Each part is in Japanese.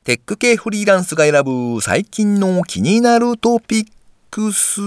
テック系フリーランスが選ぶ最近の気になるトピックス。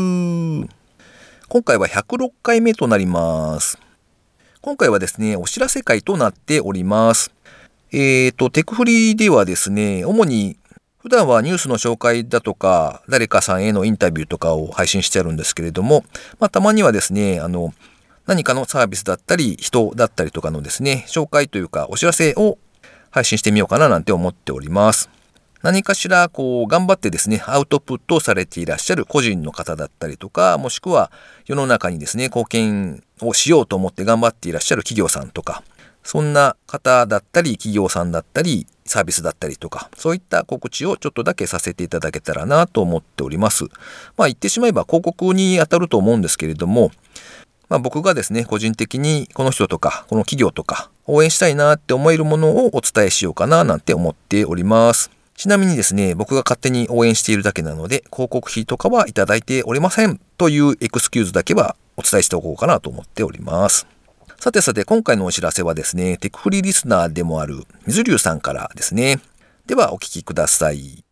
今回は106回目となります。今回はですね、お知らせ会となっております。テクフリーではですね、主に普段はニュースの紹介だとか、誰かさんへのインタビューとかを配信してあるんですけれども、たまにはですね、何かのサービスだったり、人だったりとかのですね、紹介というか、お知らせを配信してみようかななんて思っております。何かしら頑張ってですね、アウトプットされていらっしゃる個人の方だったりとか、もしくは世の中にですね、貢献をしようと思って頑張っていらっしゃる企業さんとか、そんな方だったり、企業さんだったり、サービスだったりとか、そういった告知をちょっとだけさせていただけたらなと思っております。言ってしまえば広告に当たると思うんですけれども、僕がですね、個人的にこの人とか、この企業とか、応援したいなって思えるものをお伝えしようかななんて思っております。ちなみにですね、僕が勝手に応援しているだけなので、広告費とかはいただいておりませんというエクスキューズだけはお伝えしておこうかなと思っております。さて、今回のお知らせはですね、テクフリーリスナーでもある水流さんからですね。では、お聞きください。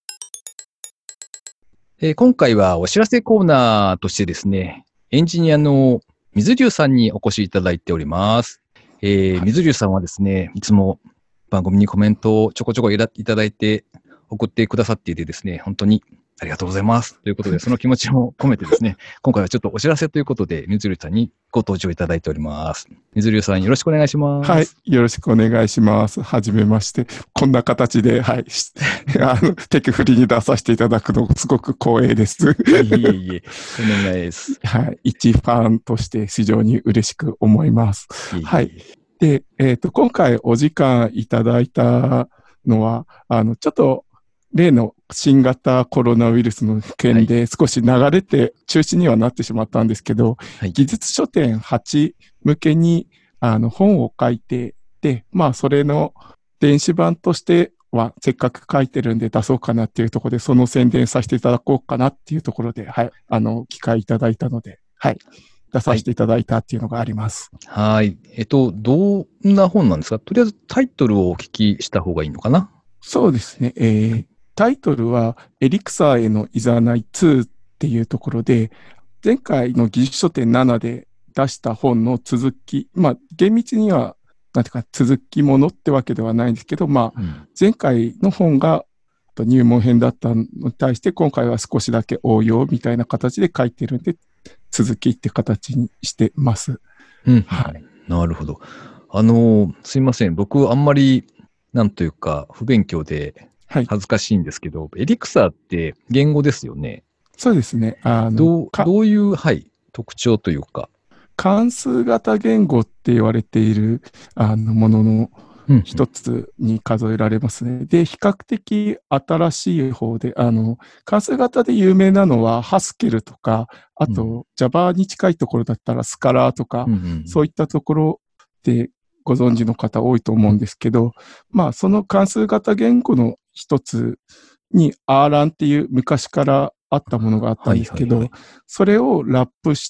今回はお知らせコーナーとしてですね、エンジニアの水流さんにお越しいただいております。水流さんはですね、いつも番組にコメントをちょこちょこいただいて送ってくださっていてですね、本当にありがとうございます。ということで、その気持ちを込めてですね、今回はちょっとお知らせということで、水流さんにご登場いただいております。水流さん、よろしくお願いします。 はい、よろしくお願いします。はじめまして。こんな形で、はい、テクフリに出させていただくの、すごく光栄です。 いえ、とんでもないです。 はい、一ファンとして非常に嬉しく思います。はい。で、今回お時間いただいたのは、ちょっと、例の新型コロナウイルスの件で少し流れて中止にはなってしまったんですけど、 はい、 技術書店8向けに本を書いてで、それの電子版としてはせっかく書いてるんで出そうかなっていうところで、その宣伝させていただこうかなっていうところで、はい、機会いただいたので、はい、出させていただいたっていうのがあります。 はい。どんな本なんですか？とりあえずタイトルをお聞きした方がいいのかな？ そうですね。タイトルはエリクサーへのいざない2っていうところで、前回の技術書店7で出した本の続き、厳密にはなんていうか続きものってわけではないんですけど、前回の本が入門編だったのに対して今回は少しだけ応用みたいな形で書いてるんで、続きって形にしてます。 はい。なるほど。すいません。僕あんまりなんというか不勉強で恥ずかしいんですけど、エリクサーって言語ですよね。 そうですね。 どういう、はい、特徴というか。 関数型言語って言われているものの一つに数えられますね。で、比較的新しい方で、関数型で有名なのはハスケルとか、あと Java に近いところだったらスカラーとか、そういったところでご存知の方多いと思うんですけど、その関数型言語の一つに Rlan っていう昔からあったものがあったんですけど、それをラップして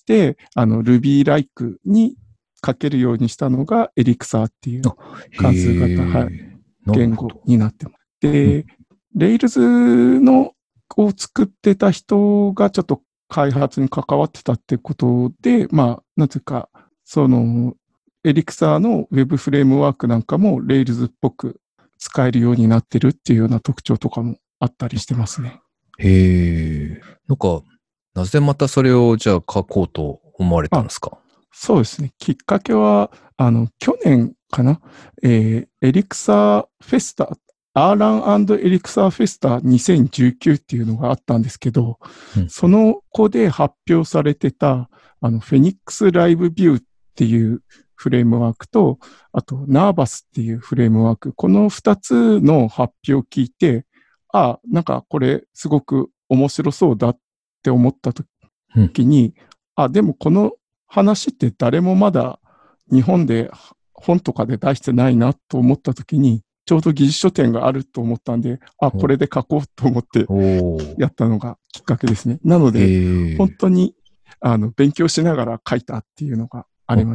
、Ruby-like に書けるようにしたのがエリクサーっていう関数型、言語になってます。で、Rails を作ってた人がちょっと開発に関わってたってことで、なんていうか、エリクサーの Web フレームワークなんかも Rails っぽく使えるようになってるっていうような特徴とかもあったりしてますね。 なぜまたそれをじゃあ書こうと思われたんですか？ そうですね。きっかけは、去年かな、エリクサーフェスタ、アーラン&エリクサーフェスタ2019っていうのがあったんですけど、その子で発表されてた、フェニックスライブビューっていうフレームワークと、あと、ナーバスっていうフレームワーク、この2つの発表を聞いて、なんかこれすごく面白そうだって思った時に、でもこの話って誰もまだ日本で本とかで出してないなと思った時に、ちょうど技術書店があると思ったんで、これで書こうと思ってやったのがきっかけですね。なので、本当に勉強しながら書いたっていうのがありましたね。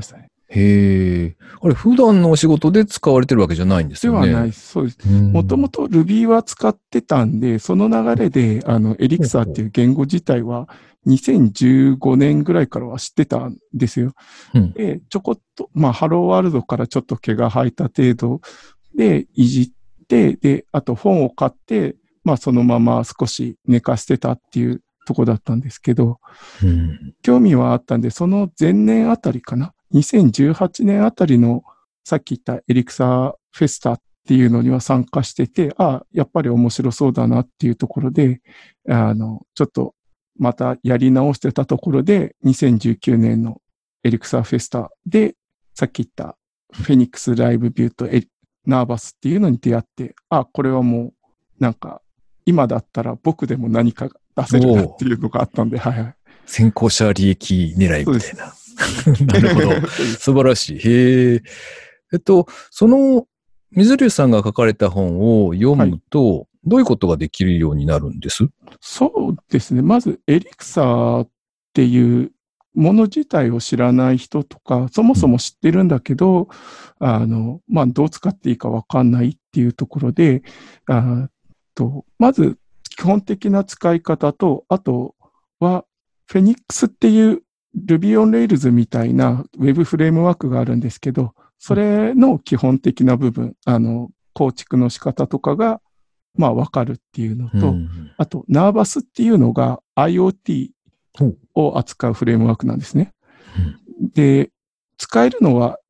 へえ。あれ、普段のお仕事で使われてるわけじゃないんですよね。 ではない。そうです。もともと Ruby は使ってたんで、その流れで、エリクサーっていう言語自体は2015年ぐらいからは知ってたんですよ。で、ちょこっと、ハローワールドからちょっと毛が生えた程度でいじって、で、あと本を買って、そのまま少し寝かしてたっていうとこだったんですけど、興味はあったんで、その前年あたりかな。2018年あたりのさっき言ったエリクサーフェスタっていうのには参加してて、やっぱり面白そうだなっていうところで、ちょっとまたやり直してたところで、2019年のエリクサーフェスタで、さっき言ったフェニックスライブビューとナーバスっていうのに出会って、これはもうなんか今だったら僕でも何か出せるなっていうのがあったんで、はいはい。 先行者利益狙いみたいな。なるほど。素晴らしい。へえ。その、水流さんが書かれた本を読むと、どういうことができるようになるんです？ そうですね。まず、エリクサーっていうもの自体を知らない人とか、そもそも知ってるんだけど、どう使っていいかわかんないっていうところで、まず、基本的な使い方と、あとは、フェニックスっていう Ruby on Rails みたいな Web フレームワークがあるんですけど、それの基本的な部分、構築の仕方とかが、わかるっていうのと、あと、ナーバスっていうのが IoT を扱うフレームワークなんですね。で、使えるのは、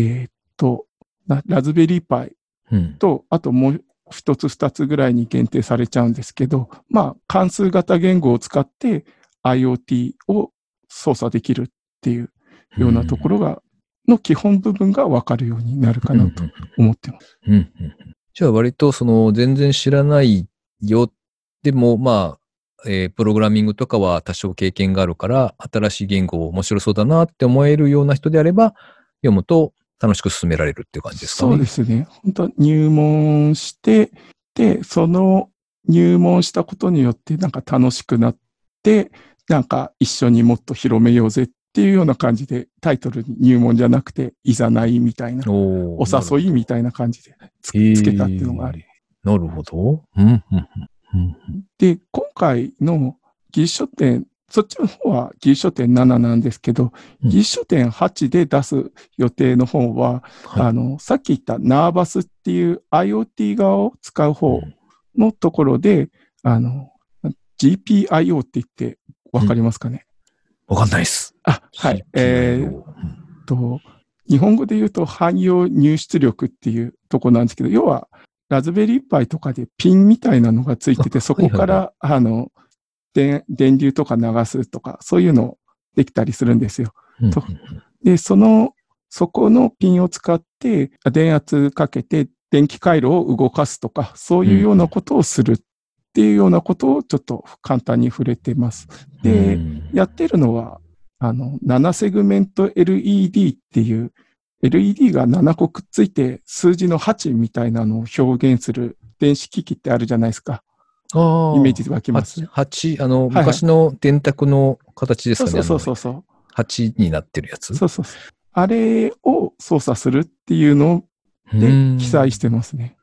ラズベリーパイと、あともう一つ二つぐらいに限定されちゃうんですけど、関数型言語を使って IoT を操作できるっていうようなところが、の基本部分がわかるようになるかなと思ってます。 じゃあ割と全然知らないよ。でもプログラミングとかは多少経験があるから、新しい言語面白そうだなって思えるような人であれば、読むと楽しく進められるっていう感じですかね。 そうですね。本当入門して、で、その入門したことによってなんか楽しくなって、なんか一緒にもっと広めようぜっていうような感じで、タイトルに入門じゃなくて、いざないみたいな、お誘いみたいな感じでつけたっていうのがある。 なるほど。 で、今回の技術書店、そっちの方は技術書店7なんですけど、技術書店8で出す予定の本は、さっき言ったナーバスっていう IoT 側を使う方のところで、GPIO って言ってわかりますかね？ わかんないです。 はい。日本語で言うと汎用入出力っていうとこなんですけど、要はラズベリーパイとかでピンみたいなのがついてて、そこから、電流とか流すとか、そういうのできたりするんですよ。で、そこのピンを使って、電圧かけて電気回路を動かすとか、そういうようなことをするっていうようなことをちょっと簡単に触れてます。で、やってるのは、7セグメント LED っていう、LED が7個くっついて数字の8みたいなのを表現する電子機器ってあるじゃないですか。イメージ湧きます。 8、昔の電卓の形ですかね。 そう。 8になってるやつ。 そう。あれを操作するっていうので記載してますね。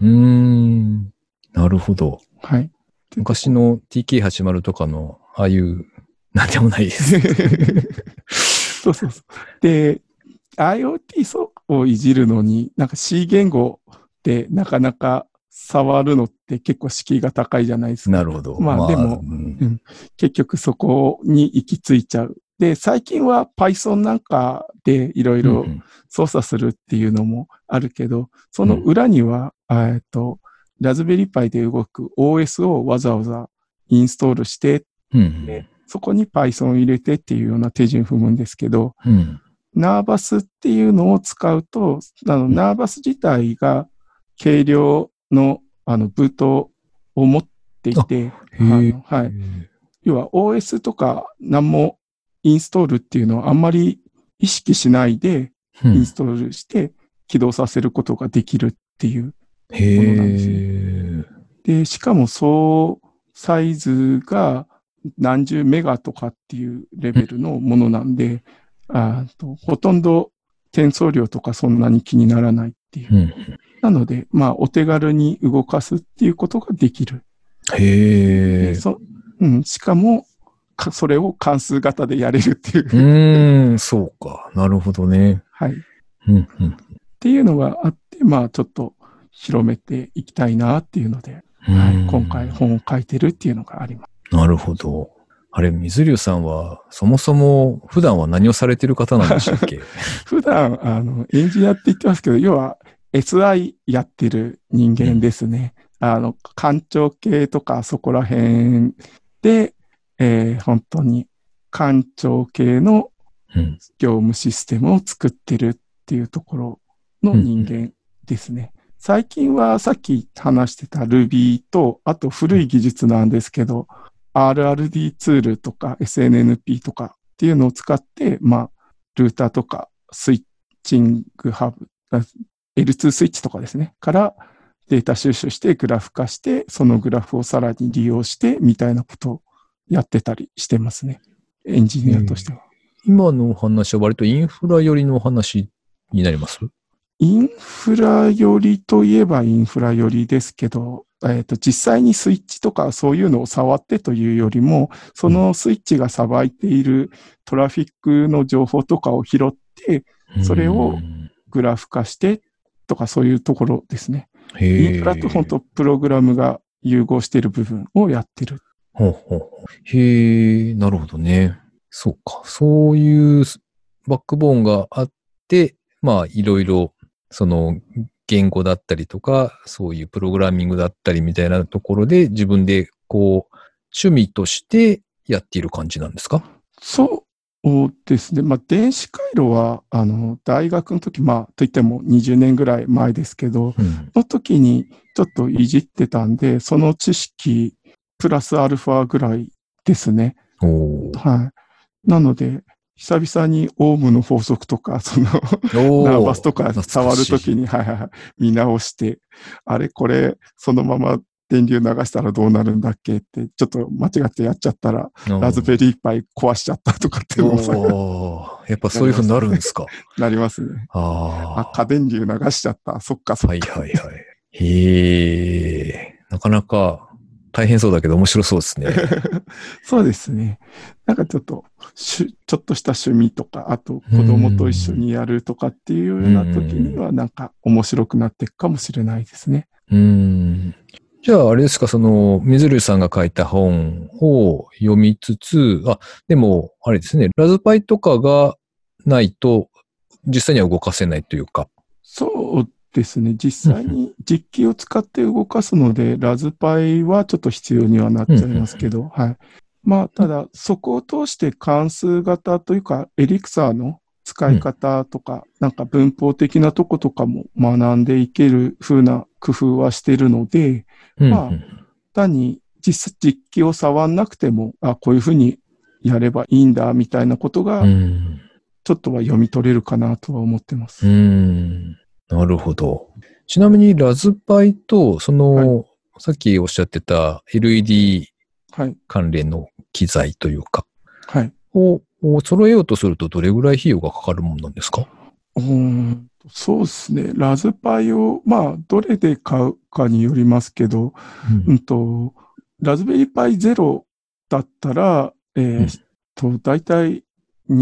なるほど。 はい。 昔の TK80 とかの、ああいう、なんでもないです。 そう。で、IoT をいじるのに、なんか C 言語でなかなか触るのって結構敷居が高いじゃないですか。 なるほど。 でも、結局そこに行き着いちゃう。で、最近は Python なんかでいろいろ操作するっていうのもあるけど、その裏には、ラズベリーパイで動く OS をわざわざインストールして、でそこに Python を入れてっていうような手順踏むんですけど、ナーバスっていうのを使うと、ナーバス自体が軽量のブートを持っていて、要は OS とか何もインストールっていうのはあんまり意識しないでインストールして起動させることができるっていうものなんですね。で、しかもサイズが何十メガとかっていうレベルのものなんで、ほとんど転送量とかそんなに気にならないっていう。 うん。 なので、まあ、お手軽に動かすっていうことができる。 へえ。 しかも、それを関数型でやれるっていう。 そうか。なるほどね。 はい。 うんうん。 っていうのがあって、まあ、ちょっと広めていきたいなっていうので、はい、今回本を書いてるっていうのがあります。 なるほど。あれ、水流さんは、そもそも普段は何をされてる方なんでしたっけ？ 普段、エンジニアって言ってますけど、要は SI やってる人間ですね。官庁系とかそこら辺で、本当に官庁系の業務システムを作ってるっていうところの人間ですね。最近はさっき話してた Ruby と、あと古い技術なんですけど、RRD ツールとか SNNP とかっていうのを使って、まあ、ルーターとかスイッチングハブ、L2 スイッチとかですね、からデータ収集してグラフ化して、そのグラフをさらに利用してみたいなことをやってたりしてますね。エンジニアとしては。 今のお話は割とインフラ寄りのお話になります？ インフラ寄りといえばインフラ寄りですけど、実際にスイッチとかそういうのを触ってというよりも、そのスイッチがさばいているトラフィックの情報とかを拾って、それをグラフ化してとかそういうところですね。インフラと本当プログラムが融合している部分をやってる。 へえ、なるほどね。そうか。そういうバックボーンがあって、まあいろいろその言語だったりとか、そういうプログラミングだったりみたいなところで自分でこう趣味としてやっている感じなんですか？ そうですね。まあ電子回路は大学の時、まあといっても20年ぐらい前ですけど、その時にちょっといじってたんで、その知識プラスアルファぐらいですね。はい。なので、久々にオームの法則とか、ナーバスとか触るときに、見直して、あれこれ、そのまま電流流したらどうなるんだっけって、ちょっと間違ってやっちゃったら、ラズベリーパイ壊しちゃったとかっていうのもやっぱそういう風になるんですか？ なりますね。過電流流しちゃった。そっかそっか。 へえ、なかなか大変そうだけど面白そうですね。 そうですね。なんかちょっとした趣味とか、あと子供と一緒にやるとかっていうような時にはなんか面白くなっていくかもしれないですね。 じゃああれですか、その水流さんが書いた本を読みつつ、でもあれですね、ラズパイとかがないと実際には動かせないというか。 そうですね。実際に実機を使って動かすので、ラズパイはちょっと必要にはなっちゃいますけど、はい。まあ、ただ、そこを通して関数型というか、エリクサーの使い方とか、なんか文法的なとことかも学んでいける風な工夫はしているので、まあ、単に実機を触んなくても、こういう風にやればいいんだ、みたいなことが、ちょっとは読み取れるかなとは思ってます。 なるほど。ちなみにラズパイと、さっきおっしゃってた LED 関連の機材というか、を揃えようとするとどれぐらい費用がかかるものなんですか？ そうですね。ラズパイを、まあ、どれで買うかによりますけど、ラズベリーパイゼロだったら、だいたい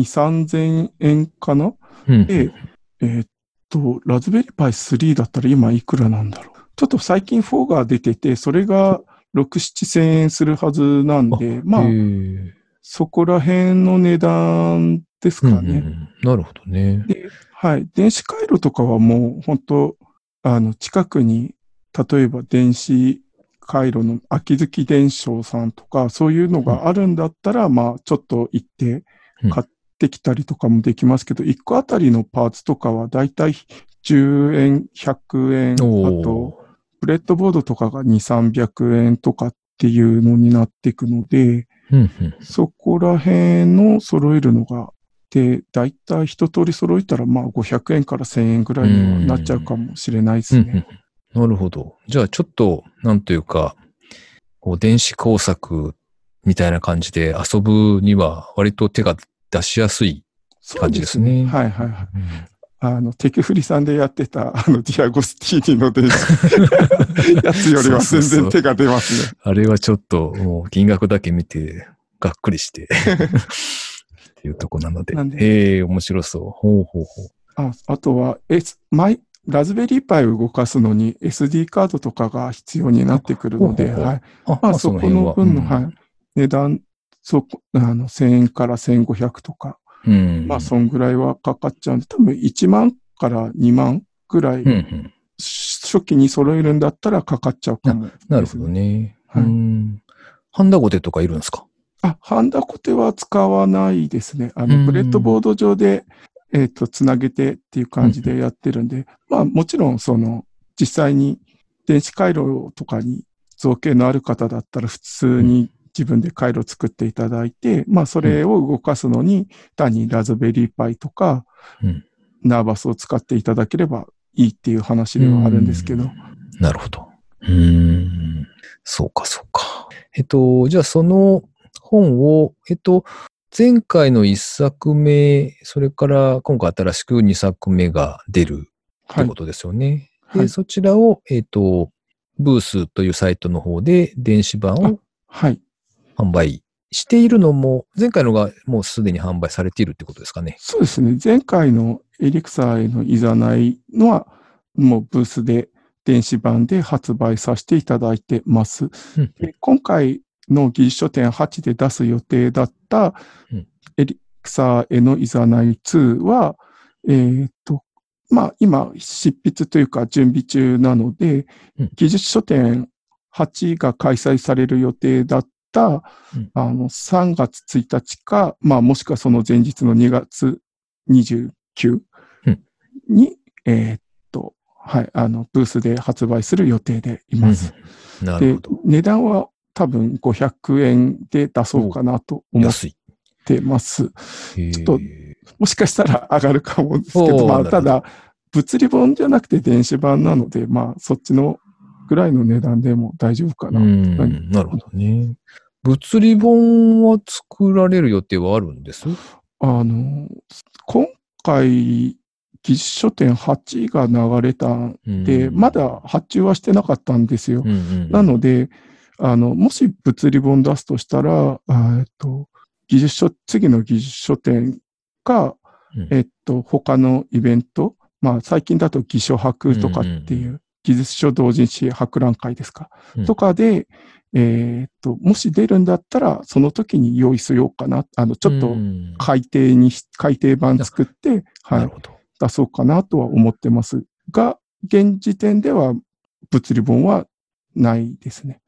2、3000円かな、で、ラズベリーパイ3だったら今いくらなんだろう。ちょっと最近4が出てて、それが6、7千円するはずなんで、まあ、そこら辺の値段ですかね。 なるほどね。 で、はい。電子回路とかはもう本当、近くに、例えば電子回路の秋月電商さんとか、そういうのがあるんだったら、まあ、ちょっと行って買ってきたりとかもできますけど、1個あたりのパーツとかはだいたい10円、100円、あと、ブレッドボードとかが2、300円とかっていうのになっていくので、そこら辺の揃えるのが、で、だいたい一通り揃えたら、まあ500円から1000円ぐらいにはなっちゃうかもしれないですね。 なるほど。じゃあちょっと、なんというか、電子工作みたいな感じで遊ぶには割と手が出しやすい感じですね。 はいはいはい。 テクフリさんでやってた、ディアゴスティーニの電子やつよりは全然手が出ますね。 あれはちょっと、もう金額だけ見て、がっくりして、っていうとこなので。面白そう。ほうほうほう。 あとは、ラズベリーパイを動かすのに SD カードとかが必要になってくるので、はい。そこの分の、はい、値段、1000円から1500とか、そんぐらいはかかっちゃうんで、多分1万から2万ぐらい、初期に揃えるんだったらかかっちゃうかも、ね。 なるほどね。はい。ハンダゴテとかいるんですか？ ハンダゴテは使わないですね。ブレッドボード上で、つなげてっていう感じでやってるんで、もちろん、実際に電子回路とかに造形のある方だったら普通に自分で回路作っていただいて、それを動かすのに単にラズベリーパイとか、ナーバスを使っていただければいいっていう話ではあるんですけど。 なるほど。そうか、そうか。じゃあその本を、前回の1作目、それから今回新しく2作目が出るってことですよね。で、そちらを、ブースというサイトの方で電子版を販売しているのも、前回のがもうすでに販売されているってことですかね。 そうですね。前回のエリクサーへのいざないのは、もうブースで電子版で発売させていただいてます。で今回の技術書店8で出す予定だったエリクサーへのいざない2は、今、執筆というか準備中なので、技術書店8が開催される予定だった3月1日か、もしくはその前日の2月29に、はい、ブースで発売する予定でいます。 なるほど。 で、値段は多分500円で出そうかなと思ってます。ちょっと、もしかしたら上がるかもですけど、ただ、物理本じゃなくて電子版なので、そっちのぐらいの値段でも大丈夫かな。 なるほどね。物理本は作られる予定はあるんです？ 今回、技術書店8が流れたんで、まだ発注はしてなかったんですよ。なので、もし物理本出すとしたら、次の技術書店か、他のイベント、最近だと技書博とかっていう、技術書同人誌博覧会ですか、とかで、もし出るんだったら、その時に用意しようかな。ちょっと改訂版作って、はい、出そうかなとは思ってますが、現時点では物理本はないですね。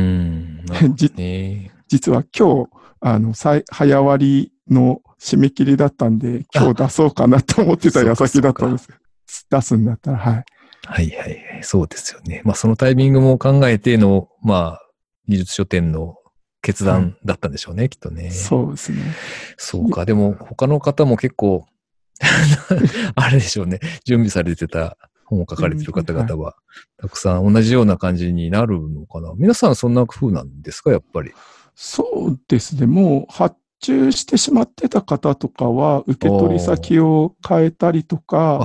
実は今日、早割の締め切りだったんで、今日出そうかなと思ってた矢先だったんです。出すんだったら、はい。 はいはいはい。そうですよね。そのタイミングも考えての、技術書店の決断だったんでしょうね、きっとね。 そうですね。 そうか。でも、他の方も結構、あれでしょうね。準備されてた本を書かれてる方々は、たくさん同じような感じになるのかな。皆さんそんな風なんですか、やっぱり。 そうですね。もう発注してしまってた方とかは、受け取り先を変えたりとか、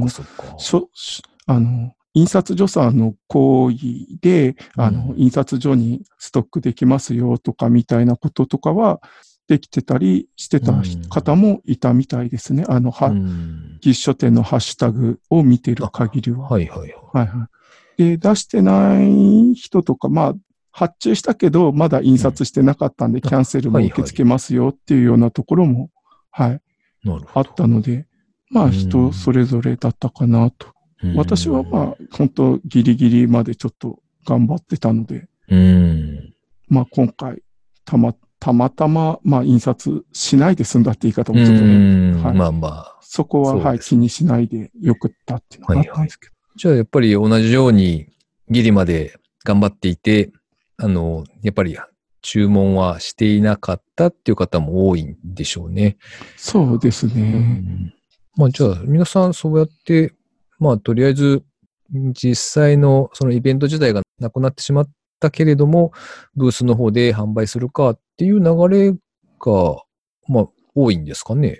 印刷所さんの行為で、印刷所にストックできますよとかみたいなこととかは、できてたりしてた方もいたみたいですね。技術書店のハッシュタグを見てる限りは。で、出してない人とか、発注したけど、まだ印刷してなかったんで、キャンセルも受け付けますよっていうようなところも、はい、あったので、人それぞれだったかなと。私は本当ギリギリまでちょっと頑張ってたので、今回、たまたま、印刷しないで済んだって言い方もちょっとね、そこは、気にしないでよくったっていうのがあったんですけど。 じゃあ、やっぱり同じようにギリまで頑張っていて、やっぱり注文はしていなかったっていう方も多いんでしょうね。 そうですね。 じゃあ、皆さんそうやって、とりあえず、実際のそのイベント自体がなくなってしまったけれども、ブースの方で販売するかっていう流れが、多いんですかね。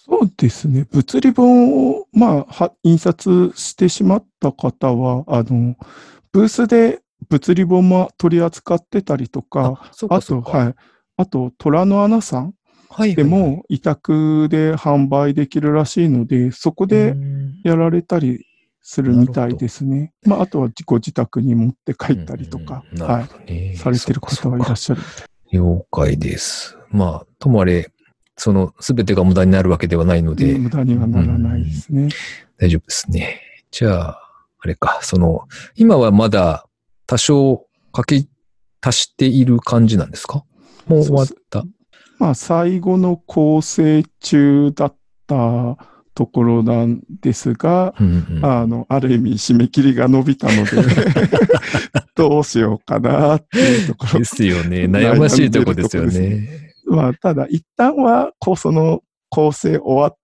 そうですね。物理本を、印刷してしまった方は、ブースで物理本も取り扱ってたりとか、 そうかそうか。 あと、虎の穴さんでも委託で販売できるらしいので、そこでやられたりするみたいですね。あとはご自宅に持って帰ったりとか、されてる方はいらっしゃるみたい。 了解です。ともあれ、すべてが無駄になるわけではないので。 無駄にはならないですね。 大丈夫ですね。じゃあ、あれか、今はまだ多少足している感じなんですか？もう終わった？ 最後の構成中だったところなんですが、ある意味締め切りが伸びたので、どうしようかなっていうところ。 ですよね。悩ましいところですよね。 ただ、一旦は、その構成終わって、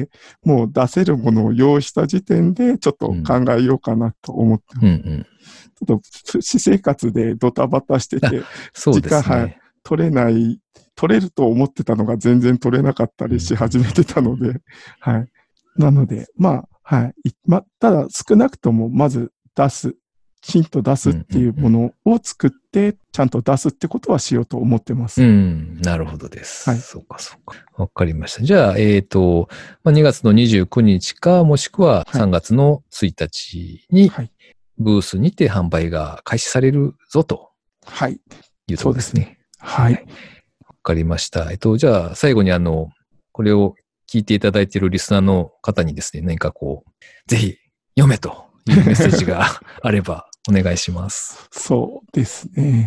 もう出せるものを用意した時点で、ちょっと考えようかなと思ってます。ちょっと、私生活でドタバタしてて、 時間、 取れると思ってたのが全然取れなかったりし始めてたので、なので、ただ少なくともまずきちんと出すっていうものを作って、ちゃんと出すってことはしようと思ってます。 なるほどです。そうか。わかりました。じゃあ、2月の29日か、もしくは3月の1日に、ブースにて販売が開始されるぞと。いうところですね。わかりました。じゃあ、最後にこれを聞いていただいているリスナーの方にですね、何かぜひ読めというメッセージがあればお願いします。 そうですね。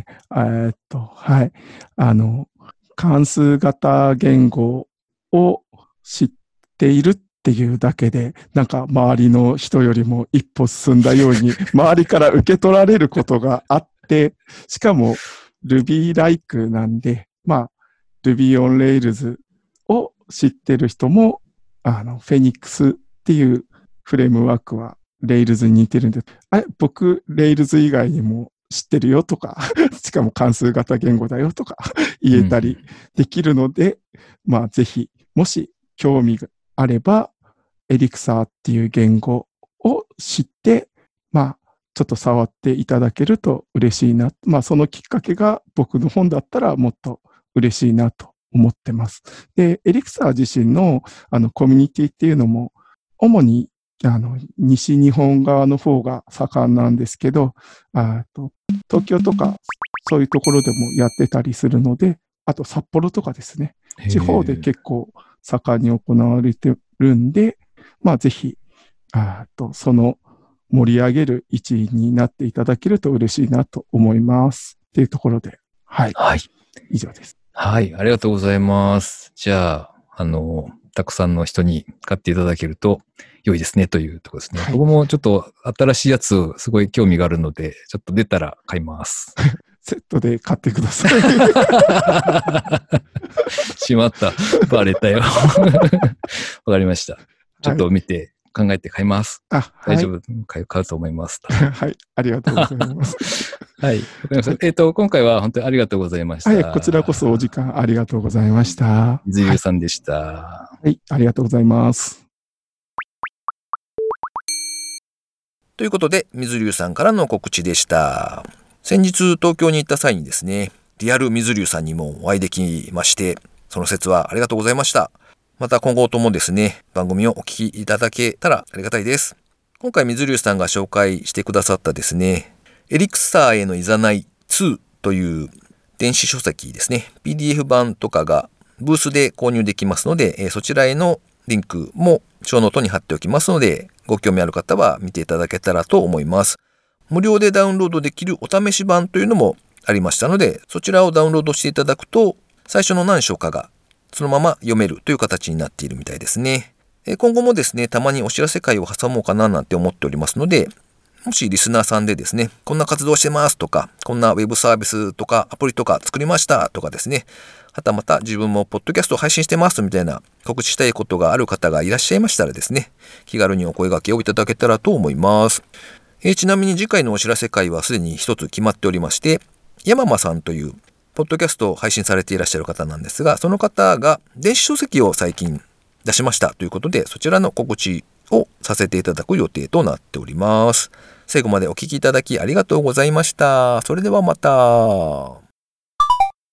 関数型言語を知っているっていうだけで、なんか周りの人よりも一歩進んだように、周りから受け取られることがあって、しかも Ruby-like なんで、Ruby on Rails を知ってる人も、Phoenix っていうフレームワークは Rails に似てるんで、僕 Rails 以外にも知ってるよとか、しかも関数型言語だよとか言えたりできるので、ぜひ、もし興味があれば、Elixir っていう言語を知って、ちょっと触っていただけると嬉しいな。そのきっかけが僕の本だったらもっと嬉しいなと思ってます。で、Elixir 自身のコミュニティっていうのも、主に西日本側の方が盛んなんですけど、東京とかそういうところでもやってたりするので、あと札幌とかですね、地方で結構盛んに行われてるんで、ぜひ、その盛り上げる一員になっていただけると嬉しいなと思います。っていうところで、以上です。 ありがとうございます。じゃあ、たくさんの人に買っていただけると良いですねというところですね。僕もちょっと新しいやつすごい興味があるので、ちょっと出たら買います。 セットで買ってください。 しまった。バレたよ。わかりました。ちょっと見て考えて買います。大丈夫、買うと思います。 ありがとうございます。 わかりました。今回は本当にありがとうございました。 こちらこそお時間ありがとうございました。 水流さんでした。 ありがとうございます。 ということで、水流さんからの告知でした。先日東京に行った際にですね、リアル水流さんにもお会いできまして、その説はありがとうございました。また今後ともですね、番組をお聞きいただけたらありがたいです。今回水流さんが紹介してくださったですね、エリクサーへのいざない2という電子書籍ですね、PDF 版とかがブースで購入できますので、そちらへのリンクもショーノートに貼っておきますので、ご興味ある方は見ていただけたらと思います。無料でダウンロードできるお試し版というのもありましたので、そちらをダウンロードしていただくと、最初の何章かがそのまま読めるという形になっているみたいですね。今後もですね、たまにお知らせ会を挟もうかななんて思っておりますので、もしリスナーさんでですね、こんな活動してますとか、こんなウェブサービスとかアプリとか作りましたとかですね、はたまた自分もポッドキャストを配信してますみたいな告知したいことがある方がいらっしゃいましたらですね、気軽にお声掛けをいただけたらと思います。ちなみに次回のお知らせ会はすでに一つ決まっておりまして、山間さんというポッドキャストを配信されていらっしゃる方なんですが、その方が電子書籍を最近出しましたということで、そちらの告知をさせていただく予定となっております。最後までお聞きいただきありがとうございました。それではまた。